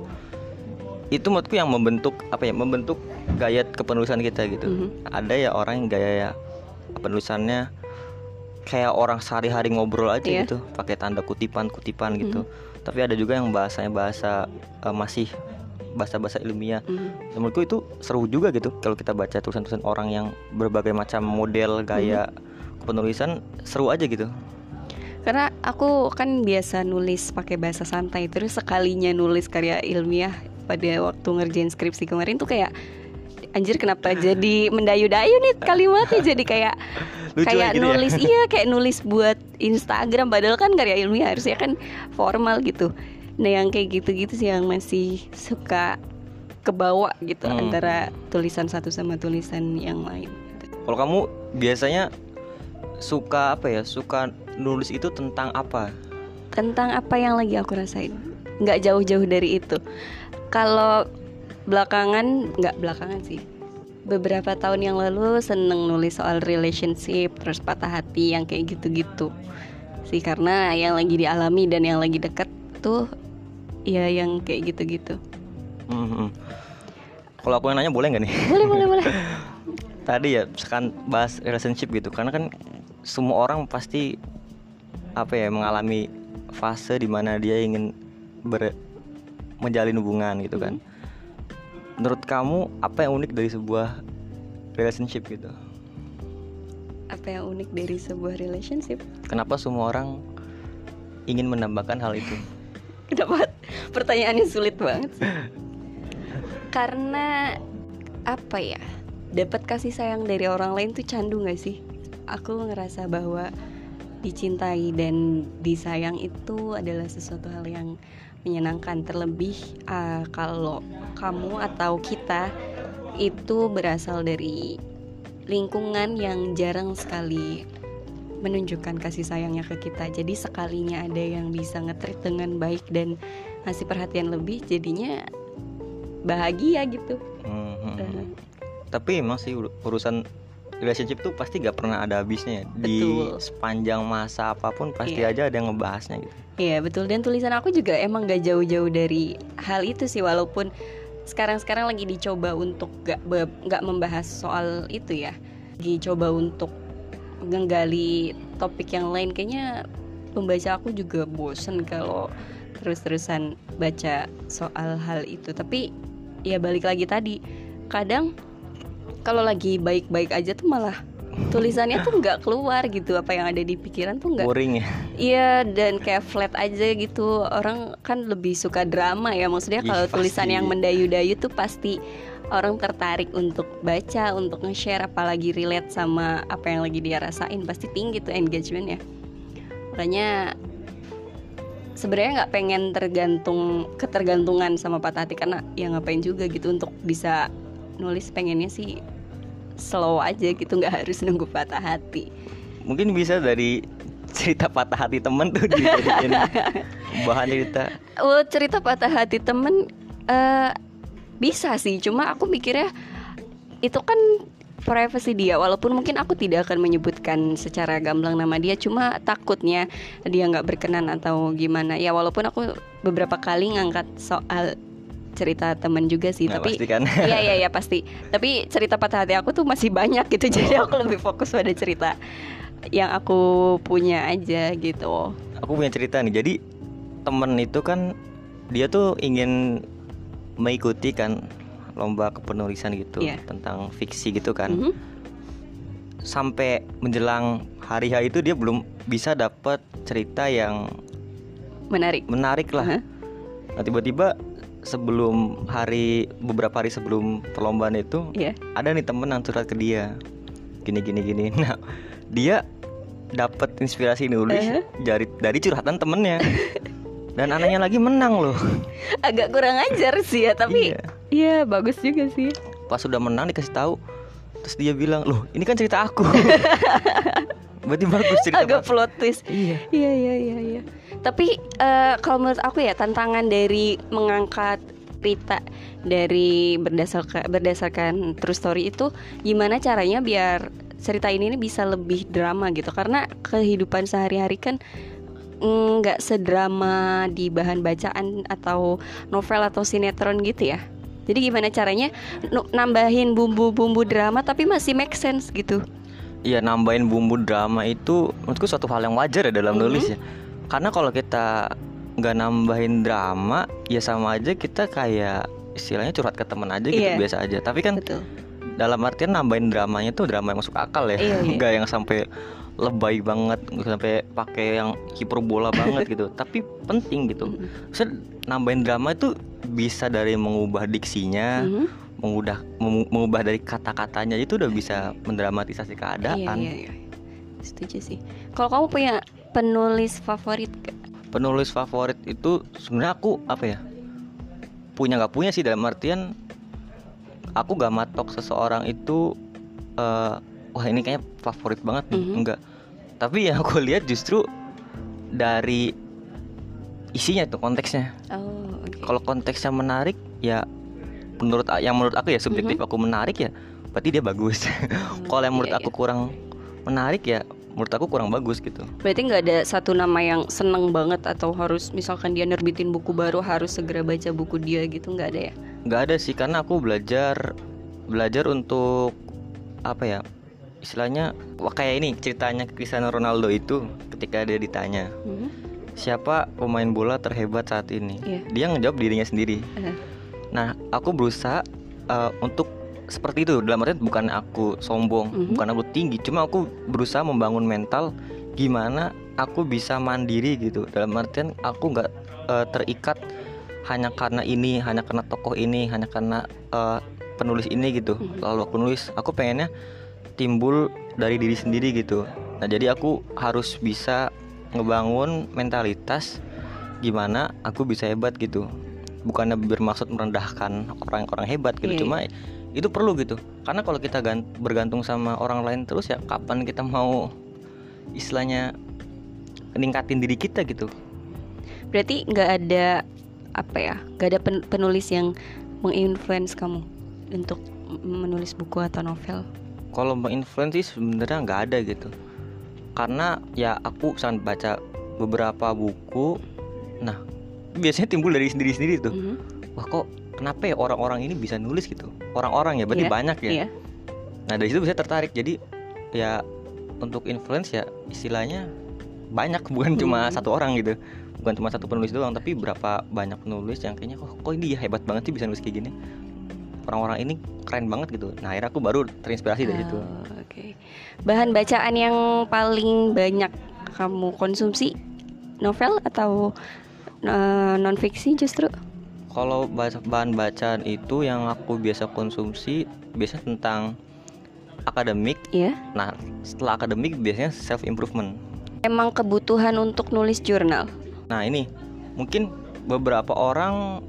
itu menurutku yang membentuk apa ya, membentuk gaya kepenulisan kita gitu. Mm-hmm. Ada ya orang yang gaya ya penulisannya kayak orang sehari-hari ngobrol aja, yeah. gitu, pakai tanda kutipan-kutipan gitu. Mm-hmm. Tapi ada juga yang bahasanya bahasa uh, masih bahasa-bahasa ilmiah. Mm-hmm. Menurutku itu seru juga gitu kalau kita baca tulisan-tulisan orang yang berbagai macam model gaya mm-hmm. penulisan, seru aja gitu. Karena aku kan biasa nulis pakai bahasa santai, terus sekalinya nulis karya ilmiah pada waktu ngerjain skripsi kemarin tuh kayak anjir kenapa jadi mendayu-dayu nih kalimatnya, jadi kayak lucu kayak gitu nulis ya? Iya kayak nulis buat Instagram, padahal kan karya ilmiah harusnya kan formal gitu. Nah yang kayak gitu-gitu sih yang masih suka kebawa gitu, hmm. antara tulisan satu sama tulisan yang lain. Kalau kamu biasanya suka apa ya, suka nulis itu tentang apa? Tentang apa yang lagi aku rasain, nggak jauh-jauh dari itu. Kalau belakangan, nggak belakangan sih, beberapa tahun yang lalu seneng nulis soal relationship, terus patah hati yang kayak gitu-gitu sih, karena yang lagi dialami dan yang lagi deket tuh ya yang kayak gitu-gitu. Mm-hmm. Kalau aku yang nanya boleh nggak nih? Boleh boleh boleh. Tadi ya sekarang bahas relationship gitu, karena kan semua orang pasti apa ya mengalami fase dimana dia ingin ber, menjalin hubungan gitu kan. Mm-hmm. Menurut kamu apa yang unik dari sebuah relationship gitu? Apa yang unik dari sebuah relationship? Kenapa semua orang ingin menambahkan hal itu? Kenapa pertanyaannya sulit banget sih? Karena apa ya, dapat kasih sayang dari orang lain tuh candu gak sih? Aku ngerasa bahwa dicintai dan disayang itu adalah sesuatu hal yang menyenangkan, terlebih uh, kalau kamu atau kita itu berasal dari lingkungan yang jarang sekali menunjukkan kasih sayangnya ke kita. Jadi sekalinya ada yang bisa nge-treat dengan baik dan ngasih perhatian lebih, jadinya bahagia gitu. hmm, uh. Tapi emang sih urusan relationship tuh pasti gak pernah ada habisnya. Di betul. Sepanjang masa apapun pasti yeah. aja ada yang ngebahasnya gitu. Iya betul, dan tulisan aku juga emang gak jauh-jauh dari hal itu sih, walaupun sekarang-sekarang lagi dicoba untuk gak, gak membahas soal itu ya, lagi coba untuk menggali topik yang lain. Kayaknya pembaca aku juga bosen kalau terus-terusan baca soal hal itu. Tapi ya balik lagi tadi, kadang kalau lagi baik-baik aja tuh malah tulisannya tuh nggak keluar gitu, apa yang ada di pikiran tuh nggak. Boring ya. Iya, dan kayak flat aja gitu. Orang kan lebih suka drama ya, maksudnya kalau tulisan yang mendayu-dayu tuh pasti orang tertarik untuk baca, untuk nge-share, apalagi relate sama apa yang lagi dia rasain, pasti tinggi tuh engagementnya. Makanya sebenarnya nggak pengen tergantung ketergantungan sama patah hati, karena ya ngapain juga gitu untuk bisa nulis, pengennya sih slow aja gitu, nggak harus nunggu patah hati. Mungkin bisa dari cerita patah hati temen tuh dijadiin bahan cerita. Oh, cerita patah hati temen uh, bisa sih, cuma aku mikirnya itu kan privasi dia, walaupun mungkin aku tidak akan menyebutkan secara gamblang nama dia, cuma takutnya dia nggak berkenan atau gimana ya. Walaupun aku beberapa kali ngangkat soal cerita temen juga sih, Nggak tapi pasti kan? iya iya iya pasti. Tapi cerita patah hati aku tuh masih banyak gitu, jadi aku lebih fokus pada cerita yang aku punya aja gitu. Aku punya cerita nih. Jadi temen itu kan dia tuh ingin mengikuti kan lomba kepenulisan gitu, yeah. tentang fiksi gitu kan. Mm-hmm. Sampai menjelang hari H itu dia belum bisa dapat cerita yang menarik menarik lah. uh-huh. Nah tiba-tiba sebelum hari beberapa hari sebelum perlombaan itu yeah. ada nih temen yang curhat ke dia gini gini gini. Nah dia dapat inspirasi nulis uh-huh. dari dari curhatan temennya. Dan anehnya lagi menang loh. Agak kurang ajar sih ya, tapi iya. Iya bagus juga sih. Pas sudah menang dikasih tahu, terus dia bilang, loh ini kan cerita aku. Berarti bagus cerita. Agak plot twist. Iya. Iya iya iya iya. Tapi uh, kalau menurut aku ya, tantangan dari mengangkat cerita dari berdasarkan berdasarkan true story itu gimana caranya biar cerita ini bisa lebih drama gitu. Karena kehidupan sehari-hari kan nggak sedrama di bahan bacaan atau novel atau sinetron gitu ya. Jadi gimana caranya nambahin bumbu-bumbu drama tapi masih make sense gitu. Iya, nambahin bumbu drama itu menurutku suatu hal yang wajar ya dalam mm-hmm. nulis ya. Karena kalau kita nggak nambahin drama, ya sama aja kita kayak istilahnya curhat ke teman aja gitu, yeah. biasa aja. Tapi kan betul. Dalam artian nambahin dramanya tuh drama yang masuk akal ya, yeah, yeah. nggak yang sampai lebay banget, nggak sampai pakai yang hiperbola banget gitu. Tapi penting gitu. Maksudnya nambahin drama itu bisa dari mengubah diksinya, mm-hmm. mengubah mengubah dari kata-katanya, itu udah bisa mendramatisasi keadaan. Iya, iya, iya. Setuju sih. Kalau kamu punya penulis favorit gak? Penulis favorit itu sebenarnya aku apa ya? Punya nggak punya sih, dalam artian aku gak matok seseorang itu uh, wah ini kayaknya favorit banget nih, mm-hmm. enggak. Tapi yang aku lihat justru dari isinya tuh, konteksnya. Oh, okay. Kalau konteksnya menarik ya menurut yang menurut aku ya subjektif, mm-hmm. aku menarik ya berarti dia bagus. Oh, kalau yang menurut iya, aku iya. kurang menarik ya menurut aku kurang bagus gitu. Berarti nggak ada satu nama yang seneng banget atau harus misalkan dia nerbitin buku baru harus segera baca buku dia gitu, nggak ada ya? Nggak ada sih, karena aku belajar belajar untuk apa ya, istilahnya wah, kayak ini ceritanya Cristiano Ronaldo itu ketika dia ditanya mm-hmm. siapa pemain bola terhebat saat ini, yeah. dia ngejawab dirinya sendiri. uh. Nah aku berusaha uh, untuk seperti itu, dalam artian bukan aku sombong, mm-hmm. bukan aku tinggi, cuma aku berusaha membangun mental gimana aku bisa mandiri gitu, dalam artian aku nggak uh, terikat hanya karena ini, hanya karena tokoh ini, hanya karena uh, penulis ini gitu. mm-hmm. Lalu aku nulis, aku pengennya timbul dari diri sendiri gitu. Nah jadi aku harus bisa ngebangun mentalitas gimana aku bisa hebat gitu. Bukannya bermaksud merendahkan orang-orang hebat gitu, yeah. cuma itu perlu gitu. Karena kalau kita gant- bergantung sama orang lain terus ya kapan kita mau istilahnya meningkatin diri kita gitu. Berarti nggak ada apa ya, nggak ada pen- penulis yang menginfluence kamu untuk menulis buku atau novel? Kalau menginfluence sih sebenarnya nggak ada gitu. Karena ya aku sangat baca beberapa buku. Nah biasanya timbul dari sendiri-sendiri tuh. Mm-hmm. Wah kok kenapa ya orang-orang ini bisa nulis gitu. Orang-orang ya berarti yeah. banyak ya. Yeah. Nah dari situ bisa tertarik. Jadi ya untuk influence ya istilahnya banyak, bukan mm-hmm. cuma satu orang gitu. Bukan cuma satu penulis doang, tapi berapa banyak penulis yang kayaknya kok, kok ini ya hebat banget sih bisa nulis kayak gini. Orang-orang ini keren banget gitu. Nah akhirnya aku baru terinspirasi dari oh, situ. Oke. Okay. Bahan bacaan yang paling banyak kamu konsumsi novel atau uh, non fiksi justru? Kalau bahan bacaan itu yang aku biasa konsumsi biasanya tentang akademik. Iya. Yeah. Nah setelah akademik biasanya self improvement. Emang kebutuhan untuk nulis jurnal? Nah ini mungkin beberapa orang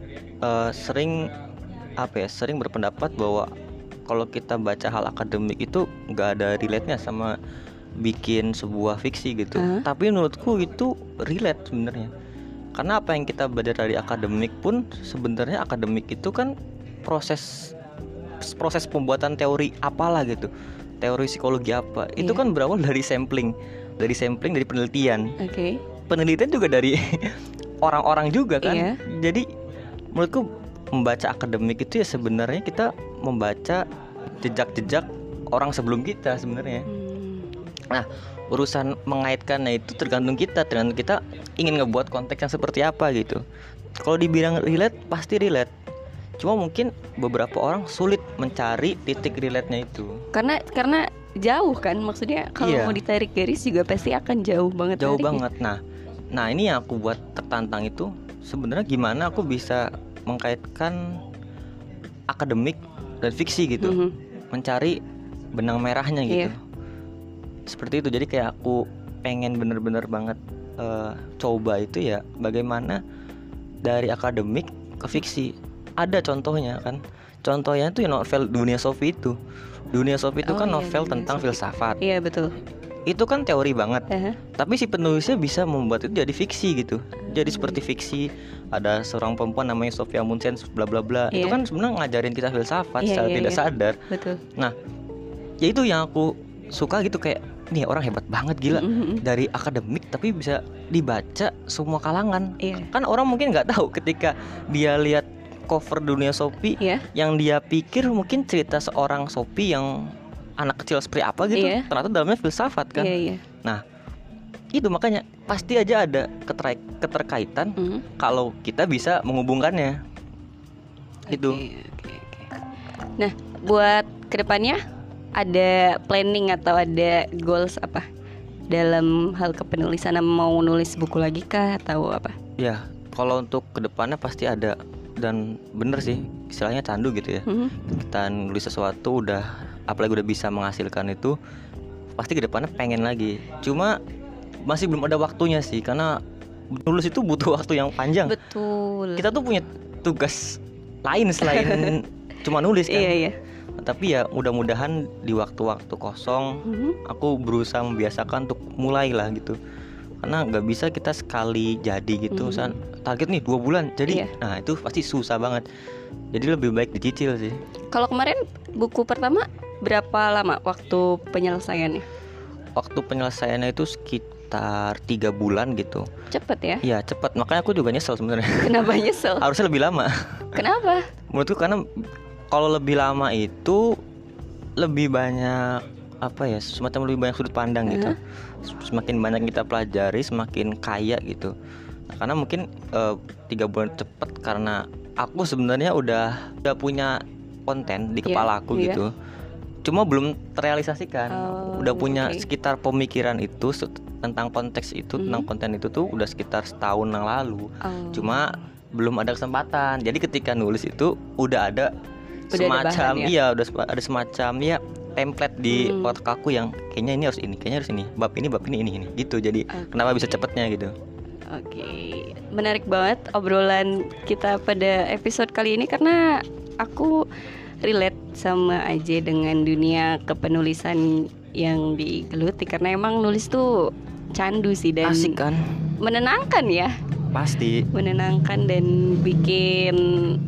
uh, sering apa ya sering berpendapat bahwa kalau kita baca hal akademik itu nggak ada relate-nya sama bikin sebuah fiksi gitu. Uh. Tapi menurutku itu relate sebenarnya. Karena apa yang kita belajar dari akademik pun sebenarnya akademik itu kan proses proses pembuatan teori apalah gitu. Teori psikologi apa. Yeah. Itu kan berawal dari sampling, dari sampling dari penelitian. Oke. Okay. Penelitian juga dari orang-orang juga kan. Yeah. Jadi menurutku membaca akademik itu ya sebenarnya kita membaca jejak-jejak orang sebelum kita sebenarnya. Hmm. Nah, urusan mengaitkannya itu tergantung kita, tergantung kita ingin ngebuat konteks yang seperti apa gitu. Kalau dibilang relate, pasti relate. Cuma mungkin beberapa orang sulit mencari titik relate-nya itu. Karena karena jauh kan, maksudnya kalau iya. mau ditarik garis juga pasti akan jauh banget. Jauh tariknya. banget. Nah, nah ini yang aku buat tertantang itu sebenarnya gimana aku bisa mengkaitkan akademik dan fiksi gitu, mm-hmm. mencari benang merahnya gitu. Yeah. Seperti itu. Jadi kayak aku pengen bener-bener banget uh, coba itu ya bagaimana dari akademik ke fiksi. Ada contohnya kan. Contohnya itu ya novel Dunia Sophie itu. Dunia Sophie itu oh, kan iya, novel tentang Sophie. filsafat. Iya betul. Itu kan teori banget. Uh-huh. Tapi si penulisnya bisa membuat itu jadi fiksi gitu. Jadi uh-huh. seperti fiksi. Ada seorang perempuan namanya Sophia Munsen bla bla bla. Yeah. Itu kan sebenarnya ngajarin kita filsafat yeah, secara yeah, tidak yeah. sadar. Betul. Nah, ya itu yang aku suka gitu, kayak nih orang hebat banget gila. Mm-hmm. Dari akademik tapi bisa dibaca semua kalangan. Yeah. Kan orang mungkin nggak tahu ketika dia lihat cover Dunia Sophie, yeah. yang dia pikir mungkin cerita seorang Sophie yang anak kecil seperti apa gitu. Yeah. Ternyata dalamnya filsafat kan. Yeah, yeah. Nah, itu makanya pasti aja ada keter- keterkaitan mm-hmm. kalau kita bisa menghubungkannya. Okay, itu. Okay, okay. Nah, buat kedepannya ada planning atau ada goals apa dalam hal kepenulisan? Mau nulis buku lagi kah atau apa? Ya, kalau untuk kedepannya pasti ada, dan bener sih istilahnya candu gitu ya. Mm-hmm. Kita nulis sesuatu udah, apalagi udah bisa menghasilkan itu, pasti kedepannya pengen lagi. Cuma masih belum ada waktunya sih, karena nulis itu butuh waktu yang panjang. Betul. Kita tuh punya tugas lain selain cuma nulis kan. Iya, iya. Tapi ya mudah-mudahan di waktu-waktu kosong mm-hmm. aku berusaha membiasakan untuk mulai lah gitu. Karena nggak bisa kita sekali jadi gitu. Mm-hmm. Misalnya target nih dua bulan jadi, iya. Nah itu pasti susah banget. Jadi lebih baik dicicil sih. Kalau kemarin buku pertama berapa lama waktu penyelesaiannya? Waktu penyelesaiannya itu sekitar tiga bulan gitu. Cepet ya? Iya cepet, makanya aku juga nyesel sebenarnya. Kenapa nyesel? Harusnya lebih lama. Kenapa? Menurutku karena kalau lebih lama itu lebih banyak apa ya, semacam lebih banyak sudut pandang uh-huh. gitu. Semakin banyak kita pelajari, semakin kaya gitu. Nah, karena mungkin uh, tiga bulan cepet karena aku sebenarnya udah udah punya konten di kepala yeah, aku yeah. gitu. Cuma belum terrealisasikan. Oh, udah punya okay. sekitar pemikiran itu tentang konteks itu, mm-hmm. tentang konten itu tuh udah sekitar setahun yang lalu. Oh. Cuma belum ada kesempatan. Jadi ketika nulis itu udah ada udah semacam ada bahan, ya? Iya, udah ada semacam ya template di hmm. otak aku yang kayaknya ini harus ini, kayaknya harus ini, bab ini, bab ini, ini, ini gitu. Jadi okay. kenapa bisa cepetnya gitu. Oke, okay. Menarik banget obrolan kita pada episode kali ini karena aku relate sama aja dengan dunia kepenulisan yang digeluti, karena emang nulis tuh candu sih dan asik kan, menenangkan ya. Pasti menenangkan dan bikin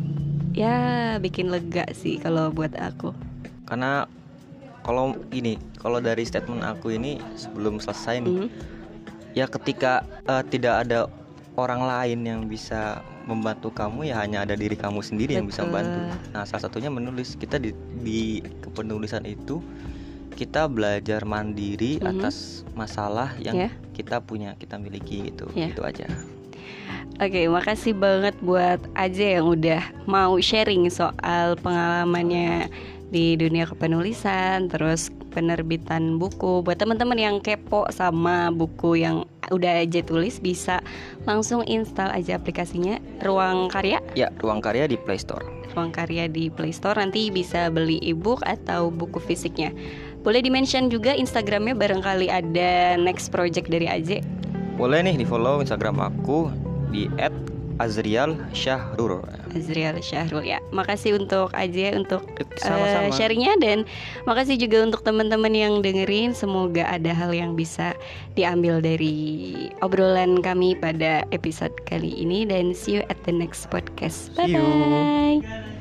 ya bikin lega sih kalau buat aku. Karena kalau ini, kalau dari statement aku ini sebelum selesai nih, mm-hmm. ya ketika uh, tidak ada orang lain yang bisa membantu kamu, ya hanya ada diri kamu sendiri. Betul. Yang bisa membantu. Nah, salah satunya menulis. Kita di, di kepenulisan itu kita belajar mandiri mm-hmm. atas masalah yang yeah. kita punya, kita miliki gitu. Yeah. Gitu aja. Oke, okay, makasih banget buat Aje yang udah mau sharing soal pengalamannya di dunia kepenulisan, terus penerbitan buku. Buat teman-teman yang kepo sama buku yang udah Aje tulis, bisa langsung install aja aplikasinya Ruang Karya. Ya, Ruang Karya di Play Store. Ruang Karya di Play Store, nanti bisa beli ebook atau buku fisiknya. Boleh di-mention juga Instagramnya, barangkali ada next project dari Aje. Boleh nih, di follow Instagram aku di et azrial syahrur. Azrial Syahrul ya. Makasih untuk Azia untuk Sama-sama. uh, sharingnya, dan makasih juga untuk teman-teman yang dengerin. Semoga ada hal yang bisa diambil dari obrolan kami pada episode kali ini, dan see you at the next podcast. Bye See you. bye.